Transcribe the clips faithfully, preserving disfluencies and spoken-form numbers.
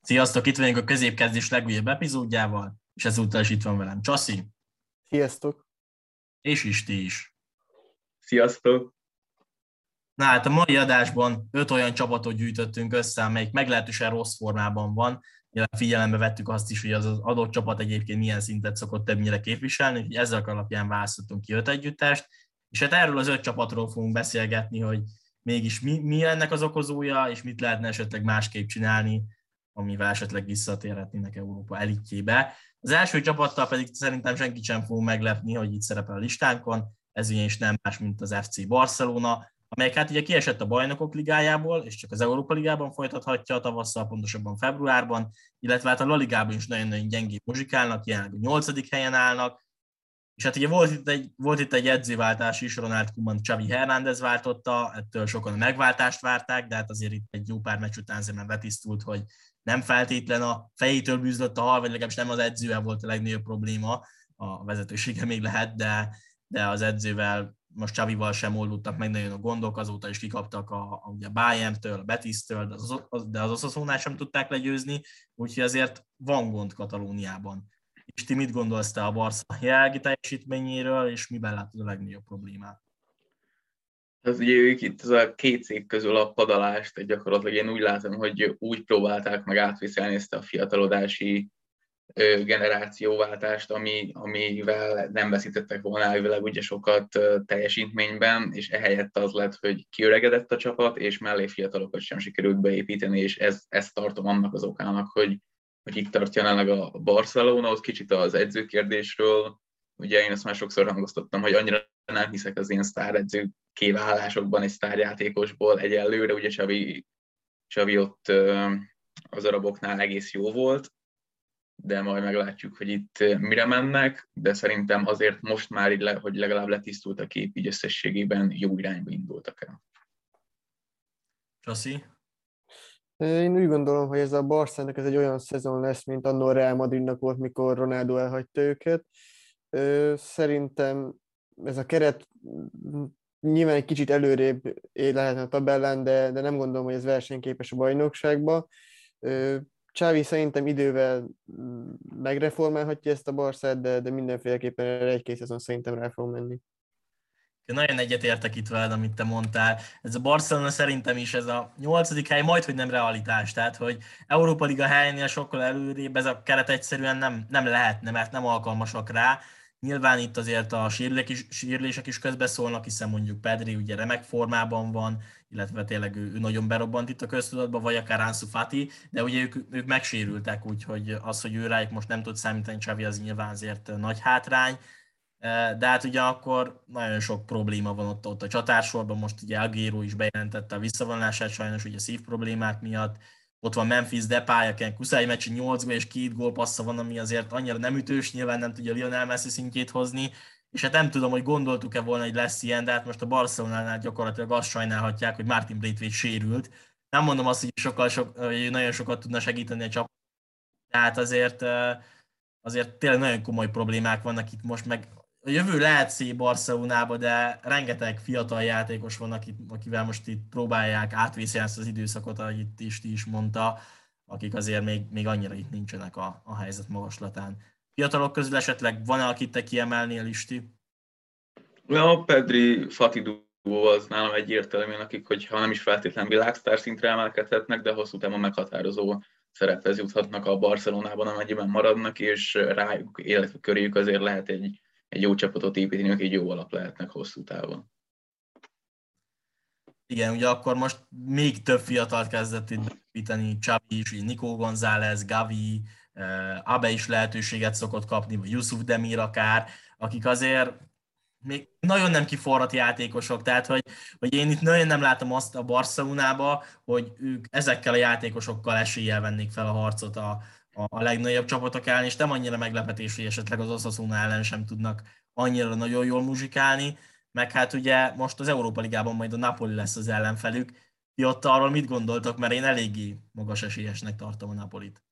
Sziasztok, itt vagyunk a Középkezdés legújabb epizódjával, és ezúttal is itt van velem Csaszi, Sziasztok! és Isti is. Sziasztok! Na hát a mai adásban öt olyan csapatot gyűjtöttünk össze, amelyik meglehetősen rossz formában van. Figyelembe vettük azt is, hogy az adott csapat egyébként milyen szintet szokott többnyire képviselni, úgyhogy ezek alapján választottunk ki öt együttest, és hát erről az öt csapatról fogunk beszélgetni, hogy mégis mi, mi ennek az okozója, és mit lehetne esetleg másképp csinálni, amivel esetleg visszatérhetnének Európa elitjébe. Az első csapattal pedig szerintem senkit sem fogunk meglepni, hogy itt szerepel a listánkon, ez ugyanis nem más, mint az ef cé Barcelona, amelyek hát ugye kiesett a Bajnokok Ligájából, és csak az Európa Ligában folytathatja a tavasszal, pontosabban februárban, illetve hát a La Ligában is nagyon-nagyon gyengébb muzsikálnak, jelenleg a nyolcadik helyen állnak, és hát ugye volt itt egy, volt itt egy edzőváltás is, Ronald Koeman Xavi Hernández váltotta, ettől sokan a megváltást várták, de hát azért itt egy jó pár meccs után azért betisztult, hogy nem feltétlen a fejétől bűzlött a hal, vagy legalábbis nem az edzővel volt a legnagyobb probléma, a vezetősége még lehet, de, de az edzővel, most Xavival sem oldottak meg nagyon a gondok, azóta is kikaptak a, a, a Bayerntől, a Betisztől, de az, az, de az Osasuna sem tudták legyőzni, úgyhogy azért van gond Katalóniában. És ti mit gondolsz te a Barca jelenlegi teljesítményéről, és miben látod a legnagyobb problémát? Az ugye ők itt az a két cég közül a padalást, gyakorlatilag én úgy látom, hogy úgy próbálták meg átvészelni ezt a fiatalodási generációváltást, ami, amivel nem veszítettek volna elvileg ugye sokat teljesítményben, és ehelyett az lett, hogy kiöregedett a csapat, és mellé fiatalokat sem sikerült beépíteni, és ez, ezt tartom annak az okának, hogy, hogy itt tartja jelenleg a Barcelona, ott kicsit az edzőkérdésről. Ugye én ezt már sokszor hangoztattam, hogy annyira nem hiszek az én sztáredző kiválásokban egy sztárjátékosból egyelőre, ugye Xavi, Xavi ott az araboknál egész jó volt, de majd meglátjuk, hogy itt mire mennek, de szerintem azért most már, így, hogy legalább letisztult a kép, így összességében jó irányba indultak el. Csaszi? Én úgy gondolom, hogy ez a Barszának ez egy olyan szezon lesz, mint annó a Real Madridnak volt, mikor Ronaldo elhagyta őket. Szerintem ez a keret nyilván egy kicsit előrébb lehetne a tabellán, de, de nem gondolom, hogy ez versenyképes a bajnokságba. Xavi szerintem idővel megreformálhatja ezt a Barszát, de, de mindenféleképpen egy-két szezon szerintem rá fog menni. Nagyon egyetértek itt veled, amit te mondtál. Ez a Barcelona szerintem is, ez a nyolcadik hely majdhogy nem realitás, tehát hogy Európa Liga helynél sokkal előrébb ez a keret egyszerűen nem, nem lehetne, mert nem alkalmasak rá. Nyilván itt azért a sérülések is, sérülések is közbeszólnak, hiszen mondjuk Pedri ugye remek formában van, illetve tényleg ő, ő nagyon berobbant itt a köztudatba, vagy akár Ansu Fati, de ugye ők, ők megsérültek, úgyhogy az, hogy ő rájuk most nem tud számítani, Xavi, az nyilván azért nagy hátrány. De hát ugye akkor nagyon sok probléma van ott, ott a csatársorban, most ugye Agüero is bejelentette a visszavonulását sajnos ugye szív problémák miatt, ott van Memphis Depay, akinek huszonöt meccs nyolc gól és két gól passza van, ami azért annyira nem ütős, nyilván nem tudja Lionel Messi szintjét hozni, és hát nem tudom, hogy gondoltuk-e volna, hogy lesz ilyen, de hát most a Barcelonánál gyakorlatilag azt sajnálhatják, hogy Martin Braithwaite sérült. Nem mondom azt, hogy, sokkal, sok, hogy nagyon sokat tudna segíteni a csapat, tehát azért, azért tényleg nagyon komoly problémák vannak itt most, meg a jövő lehet szép Barcelonába, de rengeteg fiatal játékos van, akivel most itt próbálják átvészelni ezt az időszakot, ahogy itt is ti is mondta, akik azért még, még annyira itt nincsenek a, a helyzet magaslatán. Fiatalok közül esetleg van-e, akit te kiemelnél, Isti? Ja, Pedri, Fati duó az nálam egyértelműen, akik, hogyha nem is feltétlen világsztár szintre emelkedhetnek, de hosszú távon meghatározó szerephez juthatnak a Barcelonában, amennyiben maradnak, és rájuk, illetve köréjük azért lehet egy egy jó csapatot építeni, ők egy jó alap lehetnek hosszú távon. Igen, ugye akkor most még több fiatalt kezdett itt építeni, Xavi is, Nico González, Gavi, Abe is lehetőséget szokott kapni, vagy Yusuf Demir akár, akik azért még nagyon nem kiforrat játékosok, tehát hogy, hogy én itt nagyon nem látom azt a Barcelonába, hogy ők ezekkel a játékosokkal eséllyel vennék fel a harcot a, a, a legnagyobb csapatok ellen, és nem annyira meglepetés, hogy esetleg az Osasuna ellen sem tudnak annyira nagyon jól muzsikálni, meg hát ugye most az Európa Ligában majd a Napoli lesz az ellenfelük. Ti ott arról mit gondoltak, mert én eléggé magas esélyesnek tartom a Napolit.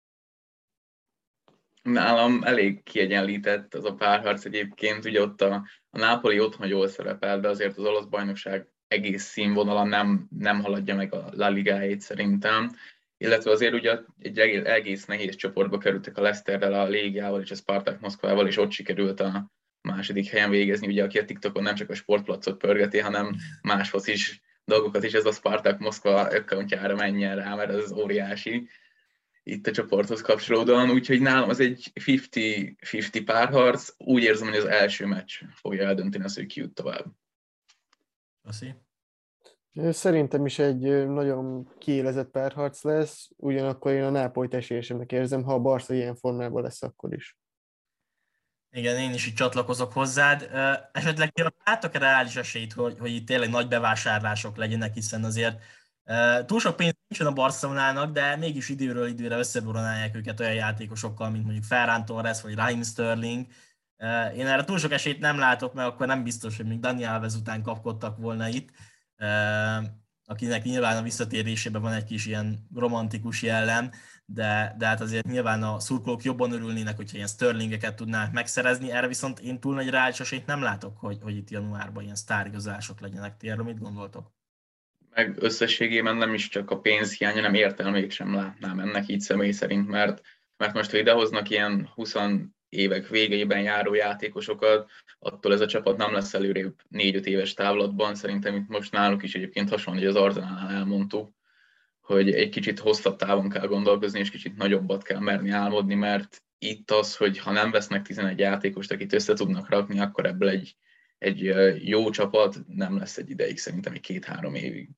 Nálam elég kiegyenlített az a párharc egyébként, ugye ott a, a Napoli otthon jól szerepel, de azért az olasz bajnokság egész színvonala nem, nem haladja meg a La Ligáját szerintem, illetve azért ugye egy egész nehéz csoportba kerültek a Leicesterrel, a Légiával és a Spartak Moszkvával, és ott sikerült a második helyen végezni, ugye aki a TikTokon nem csak a sportplacot pörgeti, hanem máshoz is dolgokat is, ez a Spartak Moszkva accountjára menjen rá, mert ez óriási itt a csoporthoz kapcsolódóan, úgyhogy nálam az egy ötven-ötven párharc, úgy érzem, hogy az első meccs fogja eldönteni azt, hogy ki jut tovább. Köszi. Szerintem is egy nagyon kiélezett párharc lesz, ugyanakkor én a Nápolyt esélyesebbnek érzem, ha a Barca ilyen formában lesz, akkor is. Igen, én is itt csatlakozok hozzád. Esetleg látok-e reális esélyt, hogy, hogy itt tényleg nagy bevásárlások legyenek, hiszen azért túl sok pénz nincsen a Barcelonának, de mégis időről időre összeboronálják őket olyan játékosokkal, mint mondjuk Ferran Torres vagy Raheem Sterling. Én erre túl sok esélyt nem látok, mert akkor nem biztos, hogy még Dani Alves után kapkodtak volna itt, akinek nyilván a visszatérésében van egy kis ilyen romantikus jellem, de, de hát azért nyilván a szurkolók jobban örülnének, hogyha ilyen Sterlingeket tudnának megszerezni, erre viszont én túl nagy reális esélyt nem látok, hogy, hogy itt januárban ilyen sztárigazolások legyenek. Ti erről mit gondoltok? Meg összességében nem is csak a pénzhiány, hanem értelmét sem látnám ennek így személy szerint, mert, mert most, ha idehoznak ilyen húsz évek végeiben járó játékosokat, attól ez a csapat nem lesz előrébb négy-öt éves távlatban. Szerintem itt most náluk is egyébként hasonló, hogy az Arzenálnál elmondtuk, hogy egy kicsit hosszabb távon kell gondolkozni, és kicsit nagyobbat kell merni álmodni, mert itt az, hogy ha nem vesznek tizenegy játékost, akit össze tudnak rakni, akkor ebből egy, egy jó csapat nem lesz egy ideig, szerintem egy két-három évig.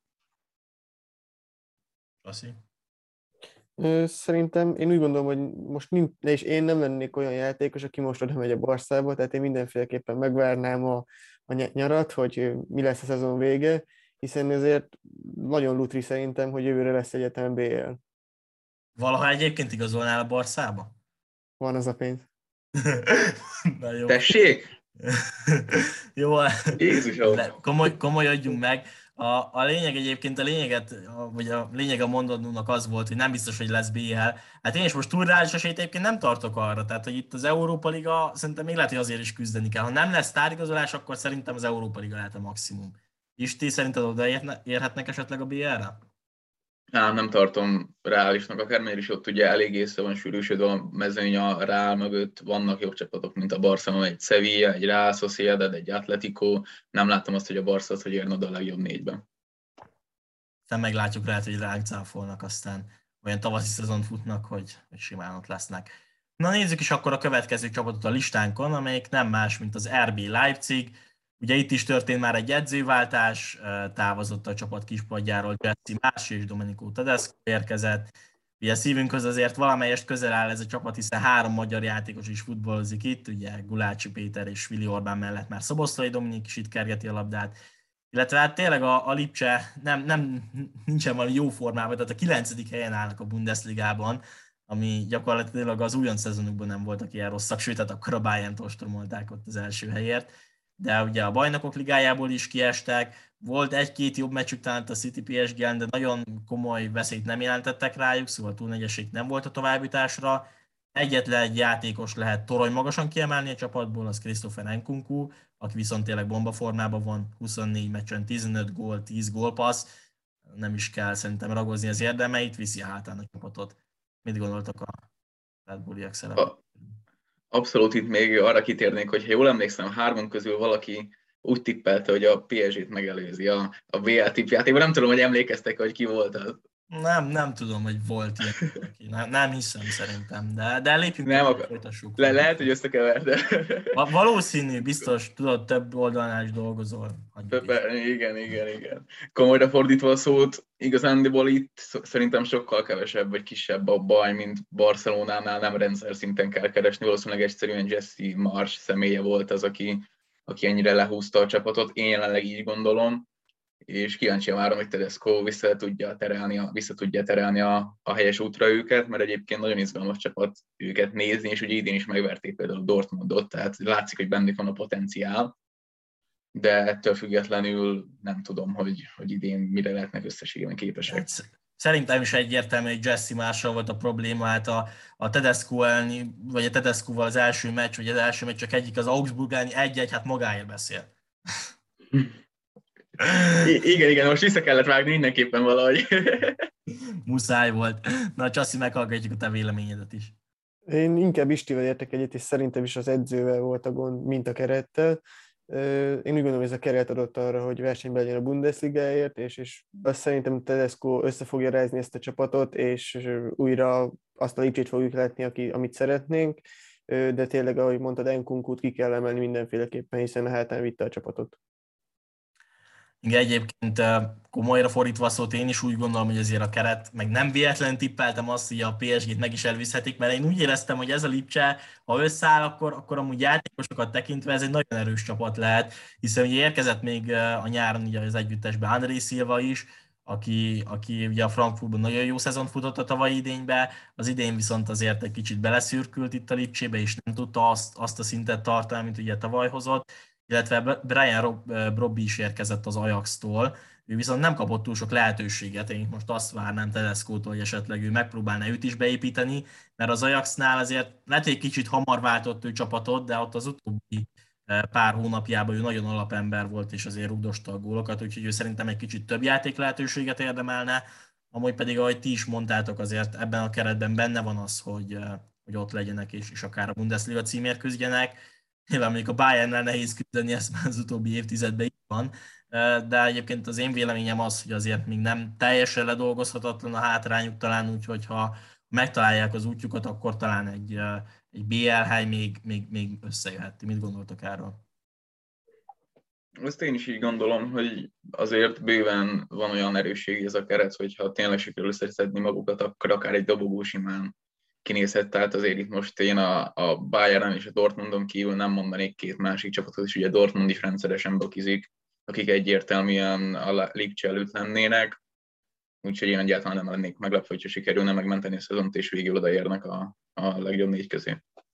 Köszi. Szerintem én úgy gondolom, hogy most nincs, és én nem lennék olyan játékos, aki most oda megy a Barszába, tehát én mindenféleképpen megvárnám a, a nyarat, hogy mi lesz a szezon vége, hiszen ezért nagyon lutri szerintem, hogy jövőre lesz egyetem bé el. Valaha egyébként igazolnál a Barszába? Van az a pénz. Na jó. Tessék? Jó, Jézusom. komoly, komolyodjunk meg. A, a lényeg egyébként, a lényeget, a, vagy a lényeg a mondatónak az volt, hogy nem biztos, hogy lesz bé el. Hát én is most túl reális esélyt egyébként nem tartok arra, tehát hogy itt az Európa Liga szerintem még lehet, hogy azért is küzdeni kell. Ha nem lesz sztárigazolás, akkor szerintem az Európa Liga lehet a maximum. Isti, szerinted oda érhetnek esetleg a bé el-re? Á, nem tartom reálisnak, akármelyik is ott ugye elég észre van sűrűsödve a mezőny a Real mögött, vannak jobb csapatok, mint a Barcelona, egy Sevilla, egy Real Sociedad, egy Atletico, nem látom azt, hogy a Barca az, hogy érne oda a legjobb négyben. Aztán meglátjuk, lehet, hogy ránk cáfolnak, aztán olyan tavaszi szezont futnak, hogy, hogy simán ott lesznek. Na nézzük is akkor a következő csapatot a listánkon, amelyik nem más, mint az er bé Leipzig. Ugye itt is történt már egy edzőváltás, távozott a csapat kispadjáról Jesse Marsch és Domenico Tedesco érkezett. Ugye szívünkhöz azért valamelyest közel áll ez a csapat, hiszen három magyar játékos is futballozik itt, ugye Gulácsi Péter és Vili Orbán mellett már Szoboszlai Dominik is itt kergeti a labdát. Illetve hát tényleg a, a Lipcse nem, nem, nincsen valami jó formában, tehát a kilencedik helyen állnak a Bundesligában, ami gyakorlatilag az újonc szezonukban nem voltak ilyen rosszak, sőt, hát akkor a Bayernt ostromolták ott az első helyért. De ugye a Bajnokok Ligájából is kiestek, volt egy-két jobb meccsük talán a City pé es gé-en, de nagyon komoly veszélyt nem jelentettek rájuk, szóval túl nagy esély nem volt a továbbjutásra. Egyetlen egy játékos lehet torony magasan kiemelni a csapatból, az Christopher Nkunku, aki viszont tényleg bombaformában van, huszonnégy meccsen tizenöt gól, tíz gólpassz, nem is kell szerintem ragozni az érdemeit, viszi a hátán a csapatot. Mit gondoltak a Red Bulliak szerepet? Abszolút itt még arra kitérnék, hogy ha jól emlékszem, hárman közül valaki úgy tippelte, hogy a pé es gét megelőzi a, a bé el tippjátékban. Nem tudom, hogy emlékeztek, hogy ki volt az. Nem, nem tudom, hogy volt ilyen. Nem, nem hiszem szerintem, de, de lépjünk nem, tovább, folytassuk. Le, lehet, hogy összekeverte. Valószínű, biztos, tudod, több oldalnál is dolgozol. Be, igen, igen, igen. Komolyra fordítva a szót, igazándiból itt szerintem sokkal kevesebb vagy kisebb a baj, mint Barcelonánál, nem rendszer szinten kell keresni. Valószínűleg egyszerűen Jesse Marsch személye volt az, aki, aki ennyire lehúzta a csapatot. Én jelenleg így gondolom, és kíváncsi várom, hogy Tedesco vissza tudja terelni, a, vissza tudja terelni a, a helyes útra őket, mert egyébként nagyon izgalmas csapat őket nézni, és ugye idén is megverték például a Dortmundot, tehát látszik, hogy bennük van a potenciál, de ettől függetlenül nem tudom, hogy, hogy idén mire lehetnek összességében képesek. Szerintem is egyértelmű, hogy Jesse Marshall volt a probléma, hát a, a Tedesco elleni, vagy a Tedescoval az első meccs, vagy az első meccs csak egyik az Augsburg elleni egy-egy, hát magáért beszél. I- igen, igen, most vissza kellett vágni mindenképpen valahogy. Muszáj volt. Na, Csaszi, meghallgatjuk a te véleményedet is. Én inkább Istivel értek egyet, és szerintem is az edzővel volt a gond, mint a kerettel. Én úgy gondolom, hogy ez a keret adott arra, hogy versenyben legyen a Bundesligáért, és, és azt szerintem Tedesco össze fogja rázni ezt a csapatot, és újra azt a Lipcsét fogjuk látni, aki, amit szeretnénk, de tényleg, ahogy mondtad, Nkunkút ki kell emelni mindenféleképpen, hiszen a hátán vitte a csapatot. Igen, egyébként komolyra fordítva a szót, én is úgy gondolom, hogy azért a keret, meg nem véletlen tippeltem azt, hogy a pé es gét meg is elviszhetik, mert én úgy éreztem, hogy ez a Lipcse, ha összeáll, akkor, akkor amúgy játékosokat tekintve ez egy nagyon erős csapat lehet, hiszen ugye érkezett még a nyáron ugye az együttesbe André Silva is, aki, aki ugye a Frankfurtban nagyon jó szezont futott a tavalyi idénybe, az idén viszont azért egy kicsit beleszürkült itt a Lipcsébe, és nem tudta azt, azt a szintet tartani, mint ugye tavaly hozott, illetve Brian Brobby is érkezett az Ajax-tól, ő viszont nem kapott túl sok lehetőséget, én most azt várnám Tedesco-tól, hogy esetleg ő megpróbálna őt is beépíteni, mert az Ajaxnál azért lehet, hogy egy kicsit hamar váltott ő csapatot, de ott az utóbbi pár hónapjában ő nagyon alapember volt, és azért rugdosta a gólokat, úgyhogy ő szerintem egy kicsit több játék lehetőséget érdemelne, amúgy pedig, ahogy ti is mondtátok, azért ebben a keretben benne van az, hogy, hogy ott legyenek, és, és akár a Bundesliga címért küzdjenek. Nyilván mondjuk a Bayernnel nehéz küzdeni, ez már az utóbbi évtizedben így van, de egyébként az én véleményem az, hogy azért még nem teljesen ledolgozhatatlan a hátrányuk, talán úgy, hogyha megtalálják az útjukat, akkor talán egy, egy bé el hely még, még, még összejöhet. Mit gondoltok erről? Azt én is így gondolom, hogy azért bőven van olyan erősség ez a keret, hogyha tényleg sikerül összeszedni magukat, akkor akár egy dobogó simán kinézhet, tehát azért itt most én a, a Bayern és a Dortmundon kívül nem mondanék két másik csapatot is, ugye Dortmund is rendszeresen bakizik, akik egyértelműen a Lipcse előtt lennének, úgyhogy én egyáltalán nem lennék meglepve, hogyha sikerülne megmenteni a szezont, és végül odaérnek a, a legjobb négy közé.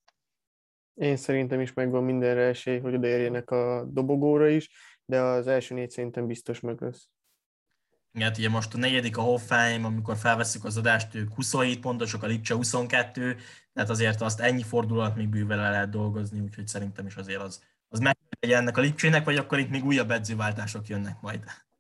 Én szerintem is megvan mindenre esély, hogy odaérjenek a dobogóra is, de az első négy szerintem biztos meg lesz. Igen, ugye most a negyedik a Hoffenheim, amikor felveszük az adást, ők huszonhét pontosok, a Lipcse huszonkettő, tehát azért azt ennyi fordulat még bőven le lehet dolgozni, úgyhogy szerintem is azért az, az meg legyen ennek a Lipcsének, vagy akkor itt még újabb edzőváltások jönnek majd.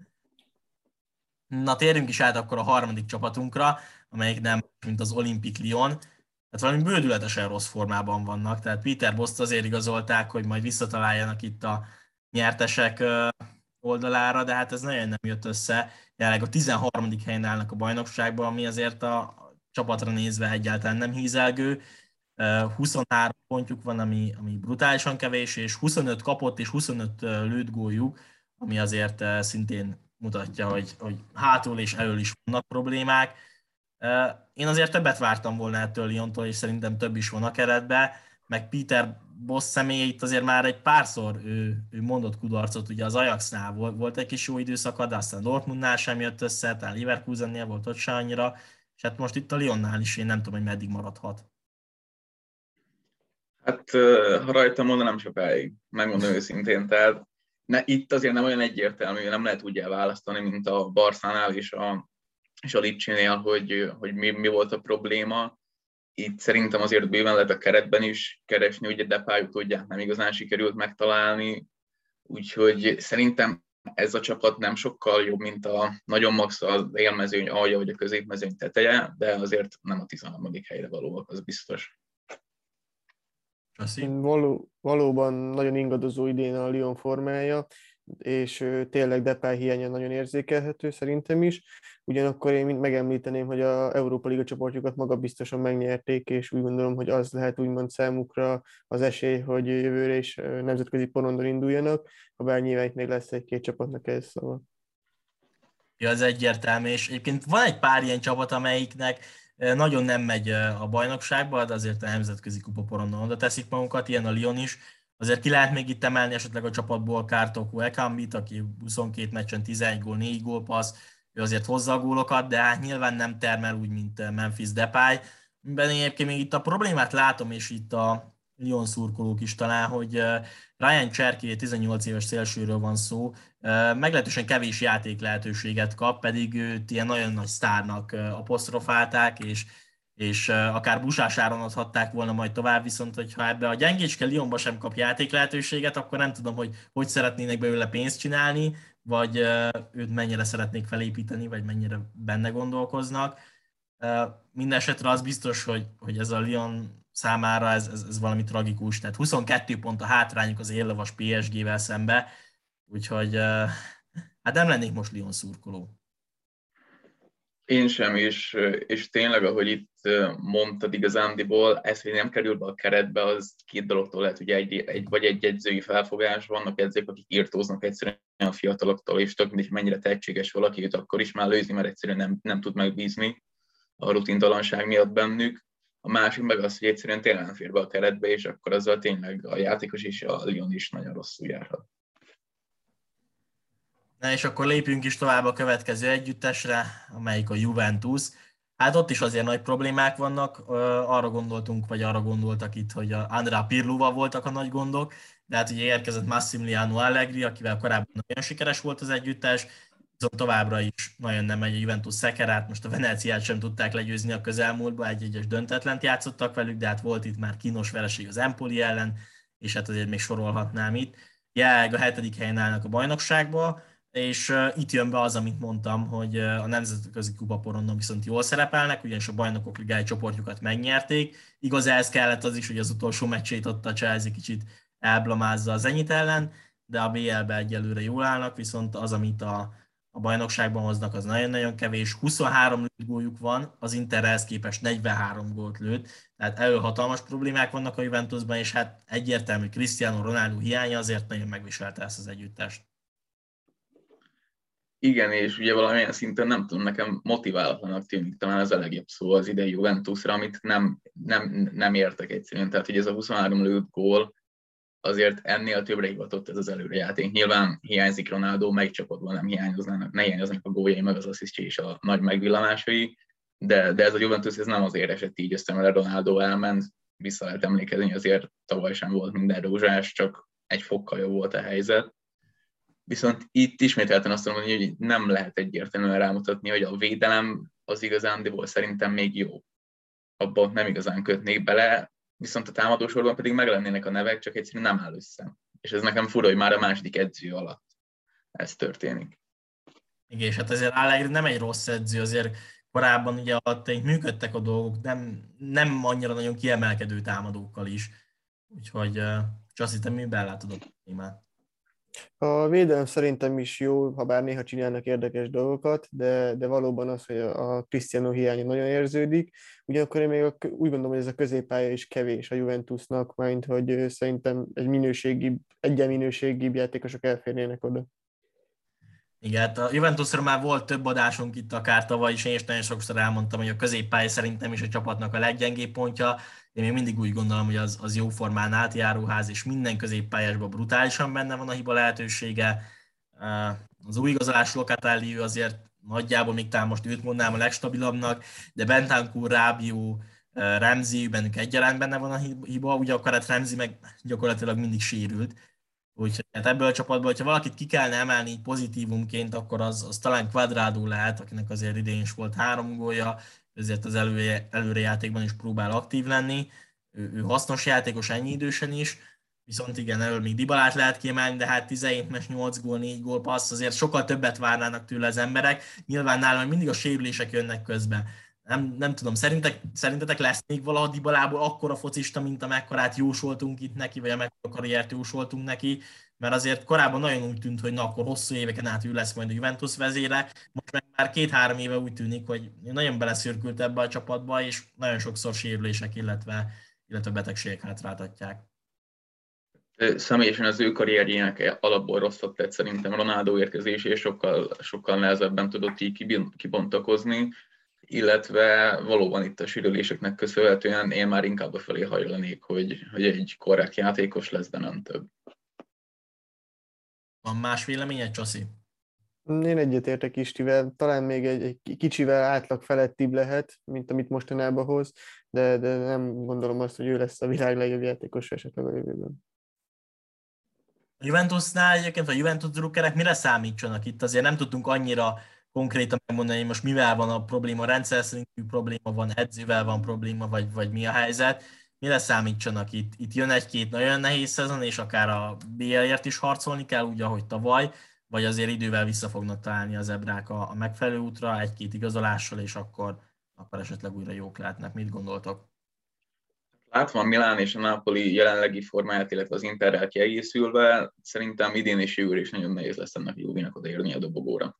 Na térjünk is át akkor a harmadik csapatunkra, amelyik nem, mint az Olympique Lyon, tehát valami bődületesen rossz formában vannak, tehát Peter Boszt azért igazolták, hogy majd visszataláljanak itt a nyertesek oldalára, de hát ez nagyon nem jött össze. Jelenleg a tizenharmadik helyen állnak a bajnokságban, ami azért a csapatra nézve egyáltalán nem hízelgő. huszonhárom pontjuk van, ami, ami brutálisan kevés, és huszonöt kapott és huszonöt lőtt góljuk, ami azért szintén mutatja, hogy, hogy hátul és elől is vannak problémák. Én azért többet vártam volna ettől Lyontól, és szerintem több is van a keretben, meg Peter Bosz személyét azért már egy párszor ő, ő mondott kudarcot, ugye az Ajaxnál volt, volt egy kis jó időszaka, de aztán Dortmundnál sem jött össze, talán Leverkusennél volt ott se annyira, és hát most itt a Lyonnál is én nem tudom, hogy meddig maradhat. Hát ha rajtam mondanám sokáig, megmondom őszintén, tehát ne, itt azért nem olyan egyértelmű, nem lehet úgy elválasztani, mint a Barszánál és a, és a Lipcsénél, hogy, hogy mi, mi volt a probléma. Itt szerintem azért bőven lehet a keretben is keresni, ugye Depay tudják, nem igazán sikerült megtalálni, úgyhogy szerintem ez a csapat nem sokkal jobb, mint a nagyon max az élmezőny alja, vagy a középmezőny teteje, de azért nem a tizenharmadik helyre valóak, az biztos. Való, valóban nagyon ingadozó idén a Lyon formája, és tényleg Depay hiánya nagyon érzékelhető szerintem is. Ugyanakkor én mind megemlíteném, hogy a Európa Liga csoportjukat magabiztosan megnyerték, és úgy gondolom, hogy az lehet úgymond számukra az esély, hogy jövőre is nemzetközi porondon induljanak, habár nyilván itt még lesz egy-két csapatnak ez szava. Ja, az egyértelmű, és egyébként van egy pár ilyen csapat, amelyiknek nagyon nem megy a bajnokságba, de azért a nemzetközi kupaporondon oda teszik magukat, ilyen a Lyon is. Azért ki lehet még itt emelni esetleg a csapatból Kártokó Ekambit, aki huszonkét meccsen tizenegy gól, négy gólpassz, ő azért hozza a gólokat, de hát nyilván nem termel úgy, mint Memphis Depay. Miben én egyébként még itt a problémát látom, és itt a Lyon szurkolók is talán, hogy Ryan Cherki, tizennyolc éves szélsőről van szó, meglehetősen kevés játék lehetőséget kap, pedig őt ilyen nagyon nagy sztárnak apostrofálták, és, és akár busásáron adhatták volna majd tovább, viszont hogyha ebbe a gyengécske Lyonba sem kap játék lehetőséget, akkor nem tudom, hogy hogy szeretnének belőle pénzt csinálni, vagy őt mennyire szeretnék felépíteni, vagy mennyire benne gondolkoznak. Mindenesetre az biztos, hogy, hogy ez a Lyon számára ez, ez, ez valami tragikus, tehát huszonkettő pont a hátrányuk az éllovas pé es gé-vel szembe, úgyhogy hát nem lennék most Lyon szurkoló. Én sem, és, és tényleg, ahogy itt mondtad igazándiból, ez, hogy nem kerül be a keretbe, az két dologtól lehet, hogy egy, egy, vagy egy edzői felfogás, vannak edzők, akik írtóznak egyszerűen a fiataloktól, és tök mindegy, mennyire tehetséges valaki, őt akkor is már lőzni, mert egyszerűen nem, nem tud megbízni a rutintalanság miatt bennük. A másik meg az, hogy egyszerűen tényleg nem fér be a keretbe, és akkor azzal tényleg a játékos és a Lyon is nagyon rosszul járhat. Na és akkor lépjünk is tovább a következő együttesre, amelyik a Juventus. Hát ott is azért nagy problémák vannak, arra gondoltunk, vagy arra gondoltak itt, hogy a Andrea Pirlóval voltak a nagy gondok, de hát ugye érkezett Massimiliano Allegri, akivel korábban nagyon sikeres volt az együttes, viszont továbbra is nagyon nem megy a Juventus szekerát, most a Veneciát sem tudták legyőzni a közelmúltban, egy-egyes döntetlent játszottak velük, de hát volt itt már kínos vereség az Empoli ellen, és hát azért még sorolhatnám itt. Jelenleg a hetedik helyen állnak a bajnokságban, és uh, itt jön be az, amit mondtam, hogy uh, a nemzetközi kupaporondon viszont jól szerepelnek, ugyanis a bajnokok ligáj csoportjukat megnyerték. Igaz, ehhez kellett az is, hogy az utolsó meccsét ott a Chelsea kicsit elblamázza az Zenit ellen, de a bé el-be egyelőre jól állnak, viszont az, amit a, a bajnokságban hoznak, az nagyon-nagyon kevés. huszonhárom lőtt góljuk van, az Interhez képest negyvenhárom gólt lőtt, tehát elő hatalmas problémák vannak a Juventusban, és hát egyértelmű Cristiano Ronaldo hiánya azért nagyon megviselte ezt az együttest. Igen, és ugye valamilyen szinten nem tudom, nekem motiválatlanak tűnik talán az a legjobb szó az idei Juventusra, amit nem, nem, nem értek egyszerűen. Tehát, hogy ez a huszonhárom lőtt gól, azért ennél többre hivatott ez az előrejáték. Nyilván hiányzik Ronaldo, melyik csapatban nem hiányoznának, ne hiányoznak a góljai, meg az asszisztjai és a nagy megvillanásai, de, de ez a Juventus ez nem azért esett így, aztán mert Ronaldo elment, vissza lehet emlékezni, azért tavaly sem volt minden rózsás, csak egy fokkal jobb volt a helyzet. Viszont itt ismételten azt mondom, hogy nem lehet egyértelműen rámutatni, hogy a védelem az igazándiból szerintem még jó. Abban nem igazán kötnék bele, viszont a támadósorban pedig meg lennének a nevek, csak egyszerűen nem áll össze. És ez nekem fura, hogy már a második edző alatt ez történik. Igen, és hát azért Allegri nem egy rossz edző, azért korábban ugye alatt működtek a dolgok, nem, nem annyira nagyon kiemelkedő támadókkal is. Úgyhogy csak azt hittem, hogy belátod a problémát. A védelem szerintem is jó, ha bár néha csinálnak érdekes dolgokat, de, de valóban az, hogy a Cristiano hiánya nagyon érződik. Ugyanakkor én még úgy gondolom, hogy ez a középpálya is kevés a Juventusnak, mint hogy szerintem egy minőségibb, egyen minőségibb játékosok elférnének oda. Igen, a Juventusra már volt több adásunk itt akár tavaly is, én is nagyon sokszor elmondtam, hogy a középpálya szerintem is a csapatnak a leggyengébb pontja. Én még mindig úgy gondolom, hogy az, az jó formán átjáróház, és minden középpályásban brutálisan benne van a hiba lehetősége. Az új igazolás Locatelli azért nagyjából még talán most őt mondnám a legstabilabbnak, de Bentancur, Rabiot, Ramsey, bennük egyaránt benne van a hiba, ugye akkor hát Ramsey meg gyakorlatilag mindig sérült. Úgyhogy hát ebből a csapatból, hogyha valakit ki kellene emelni így pozitívumként, akkor az, az talán Cuadrado lehet, akinek azért idén is volt három gólja, ezért az előre, előrejátékban is próbál aktív lenni. Ő, ő hasznos játékos ennyi idősen is, viszont igen, elől még Dybalát lehet kiemelni, de hát tizenhét meccs, nyolc gól, négy gól passz, azért sokkal többet várnának tőle az emberek. Nyilván nálam mindig a sérülések jönnek közben. Nem, nem tudom, szerintek, szerintetek lesz még valaha Dybalából akkora focista, mint amekkorát jósoltunk itt neki, vagy amekkora karriert jósoltunk neki, mert azért korábban nagyon úgy tűnt, hogy na, akkor hosszú éveken át ő lesz majd a Juventus vezére, most meg már két-három éve úgy tűnik, hogy nagyon beleszürkült ebbe a csapatba, és nagyon sokszor sérülések, illetve, illetve betegségek hátráltatják. Személyesen az ő karrierjének alapból rosszat tett szerintem Ronaldo érkezése, és sokkal, sokkal nehezebben tudott így kibontakozni, illetve valóban itt a sérüléseknek köszönhetően én már inkább a felé hajlanék, hogy, hogy egy korrekt játékos lesz, de nem több. Van más véleményed, Csoszi? Én egyetértek Istivel, talán még egy, egy kicsivel átlag felettibb lehet, mint amit mostanában hoz, de, de nem gondolom azt, hogy ő lesz a világ legjobb játékos esetleg a jövőben. A Juventusnál egyébként a Juventus drukkerek mire számítsanak itt? Azért nem tudtunk annyira konkrétan megmondani, hogy most mivel van a probléma, rendszer szerintű probléma van, edzővel van probléma, vagy, vagy mi a helyzet. Mire számítsanak itt? Itt jön egy-két nagyon nehéz szezon, és akár a bé el-ért is harcolni kell, úgy, ahogy tavaly, vagy azért idővel vissza fognak találni az ebrák a, a megfelelő útra, egy-két igazolással, és akkor, akkor esetleg újra jók lehetnek. Mit gondoltok? Látva a Milán és a Napoli jelenlegi formáját, illetve az Interrel kiegészülve, szerintem idén és jövőre is nagyon nehéz lesz ennek a Juvénak odaérni a dobogóra.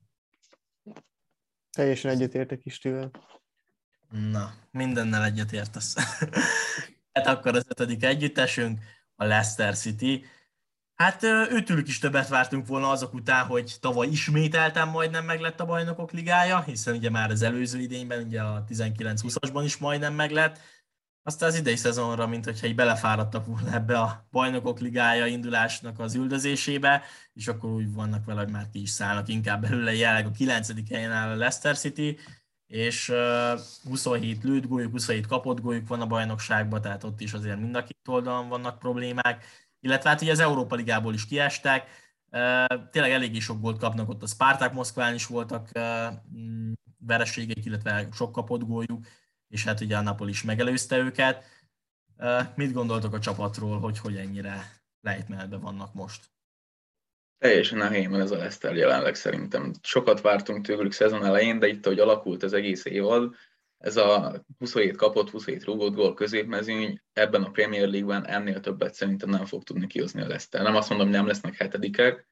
Teljesen egyetértek Istővel. Na, mindennel egyetértesz. Hát akkor az ötödik együttesünk, a Leicester City. Hát őtőlük is többet vártunk volna azok után, hogy tavaly ismételten majdnem meglett a Bajnokok Ligája, hiszen ugye már az előző idényben, ugye a tizenkilenc húszasban is majdnem meglett. Aztán az idei szezonra, mint hogyha így belefáradtak volna ebbe a Bajnokok Ligája indulásnak az üldözésébe, és akkor úgy vannak vele, hogy már ki is szállnak inkább belőle. Jelenleg a kilencedik helyen áll a Leicester City, és huszonhét lőtt gólyuk, huszonhét kapott gólyuk van a bajnokságban, tehát ott is azért mind a két oldalon vannak problémák. Illetve hát ugye az Európa Ligából is kiestek, tényleg eléggé sok gólt kapnak, ott a Spartak Moszkván is voltak vereségek, illetve sok kapott góljuk, és hát ugye a Napoli is megelőzte őket. Mit gondoltok a csapatról, hogy hogy ennyire lejtmenetben vannak most? Teljesen a helyén van ez a Leicester jelenleg szerintem. Sokat vártunk tőlük szezon elején, de itt, ahogy alakult az egész évad, ez a huszonhét kapott, huszonhét rúgott gól középmezőny ebben a Premier League-ben ennél többet szerintem nem fog tudni kihozni a Leicester. Nem azt mondom, hogy nem lesznek hetedikek,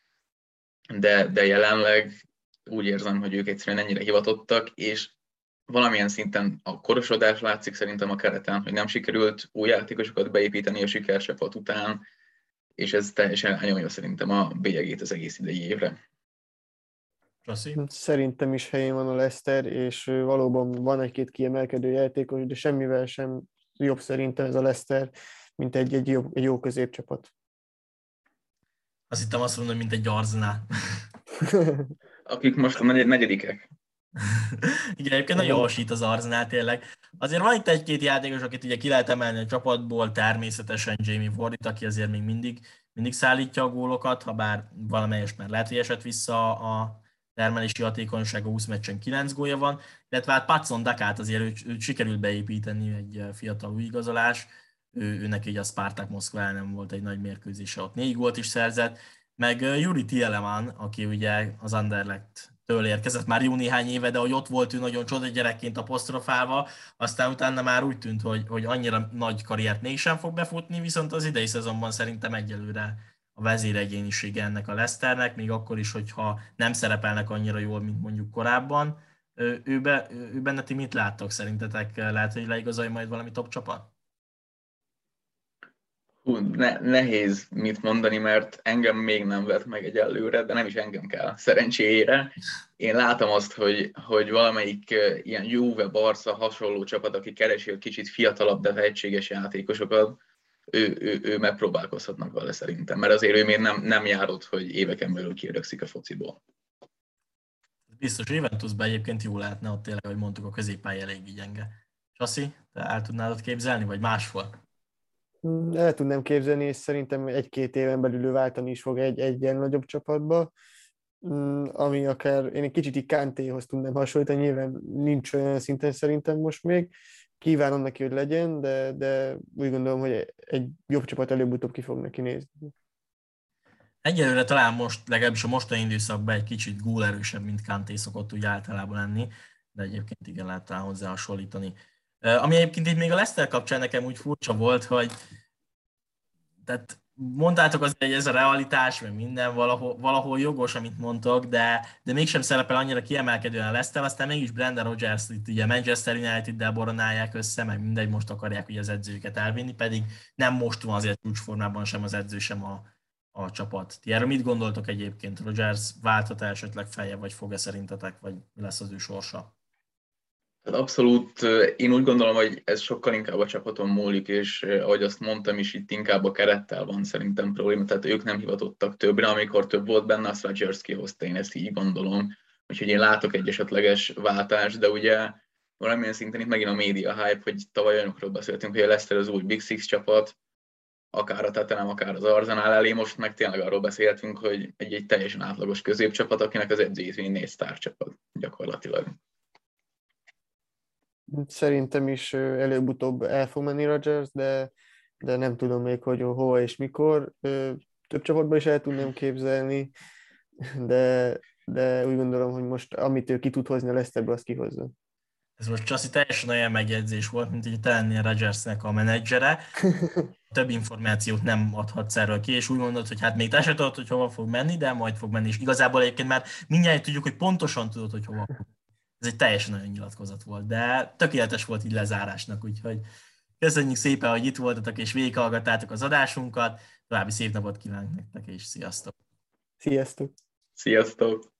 de, de jelenleg úgy érzem, hogy ők egyszerűen ennyire hivatottak, és valamilyen szinten a korosodás látszik szerintem a kereten, hogy nem sikerült új játékosokat beépíteni a sikercsapat után, és ez teljesen elnyomja szerintem a bélyegét az egész idei évre. Rossi? Szerintem is helyén van a Leicester, és valóban van egy-két kiemelkedő játékos, de semmivel sem jobb szerintem ez a Leicester, mint egy, egy, jó, egy jó középcsapat. Azt hittem azt mondom, mint egy Arsenal. Akik most a negyedikek. Igen, egyébként nagyon hasít az Arsenal tényleg. Azért van itt egy-két játékos, akit ugye ki lehet emelni a csapatból, természetesen Jamie Wardit, aki azért még mindig, mindig szállítja a gólokat, ha bár valamelyest már lehet, hogy esett vissza a termelési hatékonysága, húsz meccsen kilenc gólja van, illetve hát Patson Dakát azért őt, őt sikerült beépíteni, egy fiatal új igazolás, ő, ő neki így a Spartak Moszkva nem volt egy nagy mérkőzése, ott négy gólt is szerzett, meg Juri Tielemann, aki ugye az Anderlecht től érkezett már jó néhány éve, de hogy ott volt ő nagyon csoda gyerekként apostrofálva, aztán utána már úgy tűnt, hogy, hogy annyira nagy karriert mégsem fog befutni, viszont az idei szezonban szerintem egyelőre a vezéregyénisége ennek a Leicesternek, még akkor is, hogyha nem szerepelnek annyira jól, mint mondjuk korábban. Ő, be, ő benne ti mit láttok szerintetek? Lehet, hogy leigazolja majd valami top csapat? Hú, ne, nehéz mit mondani, mert engem még nem vett meg egyelőre, de nem is engem kell, szerencsére. Én látom azt, hogy, hogy valamelyik ilyen Juve, Barca hasonló csapat, aki keresi a kicsit fiatalabb, de tehetséges játékosokat, ő, ő, ő megpróbálkozhatnak vele szerintem, mert azért ő még nem, nem járott, hogy éveken belül kiöregszik a fociból. Biztos, Juventusban egyébként jó lehetne, ott tényleg, ahogy mondtuk, a középpálya eléggé gyenge. Csaszi, te el tudnád ott képzelni, vagy máshol? El tudnám képzelni, és szerintem egy-két éven belül váltani is fog egy, egy ilyen nagyobb csapatba, ami akár, én egy kicsit így Kantéhoz tudnám hasonlítani, nyilván nincs olyan szinten szerintem most még, kívánom neki, hogy legyen, de, de úgy gondolom, hogy egy jobb csapat előbb-utóbb ki fog neki nézni. Egyelőre talán most, legalábbis a mostani időszakban egy kicsit gólerősebb, mint Kanté szokott úgy általában lenni, de egyébként igen, lehet talán hozzá hasonlítani. Ami egyébként itt még a Leicester kapcsán nekem úgy furcsa volt, hogy tehát mondtátok azért, hogy ez a realitás, meg minden valahol, valahol jogos, amit mondtok, de, de mégsem szerepel annyira kiemelkedően a Leicester, aztán mégis Brendan Rodgers itt ugye Manchester United-del boronálják össze, meg mindegy, most akarják ugye az edzőket elvinni, pedig nem most van azért csúcsformában sem az edző, sem a, a csapat. Ti erről mit gondoltok egyébként? Rodgers válthat esetleg feje, vagy fog-e szerintetek, vagy mi lesz az ő sorsa? Abszolút, én úgy gondolom, hogy ez sokkal inkább a csapaton múlik, és ahogy azt mondtam is, itt inkább a kerettel van szerintem probléma, tehát ők nem hivatottak többre, amikor több volt benne, azt Rodgers kihozta, én ezt így gondolom. Úgyhogy én látok egy esetleges váltást, de ugye valamilyen szinten itt megint a média hype, hogy tavaly olyanokról beszéltünk, hogy a Leicester az új Big Six csapat, akár a Tottenham, akár az Arsenal elé, most meg tényleg arról beszéltünk, hogy egy, egy teljesen átlagos középcsapat, akinek az edzőjét négy sztárcsapat gyakorlatilag. Szerintem is előbb-utóbb el fog menni Rodgers, de, de nem tudom még, hogy hova és mikor. Több csapatban is el tudnám képzelni. de, de úgy gondolom, hogy most amit ő ki tud hozni a Leicesterből, azt kihozza. Ez most Csasi teljesen olyan megjegyzés volt, mint hogy te lennél Rodgersnek a menedzsere. Több információt nem adhatsz erről ki, és úgy mondod, hogy hát még te se tudod, hogy hova fog menni, de majd fog menni. És igazából egyébként már mindjárt tudjuk, hogy pontosan tudod, hogy hova fog. Ez egy teljesen olyan nyilatkozat volt, de tökéletes volt így lezárásnak, úgyhogy köszönjük szépen, hogy itt voltatok és végighallgattátok az adásunkat. További szép napot kívánok nektek, és sziasztok! Sziasztok! Sziasztok!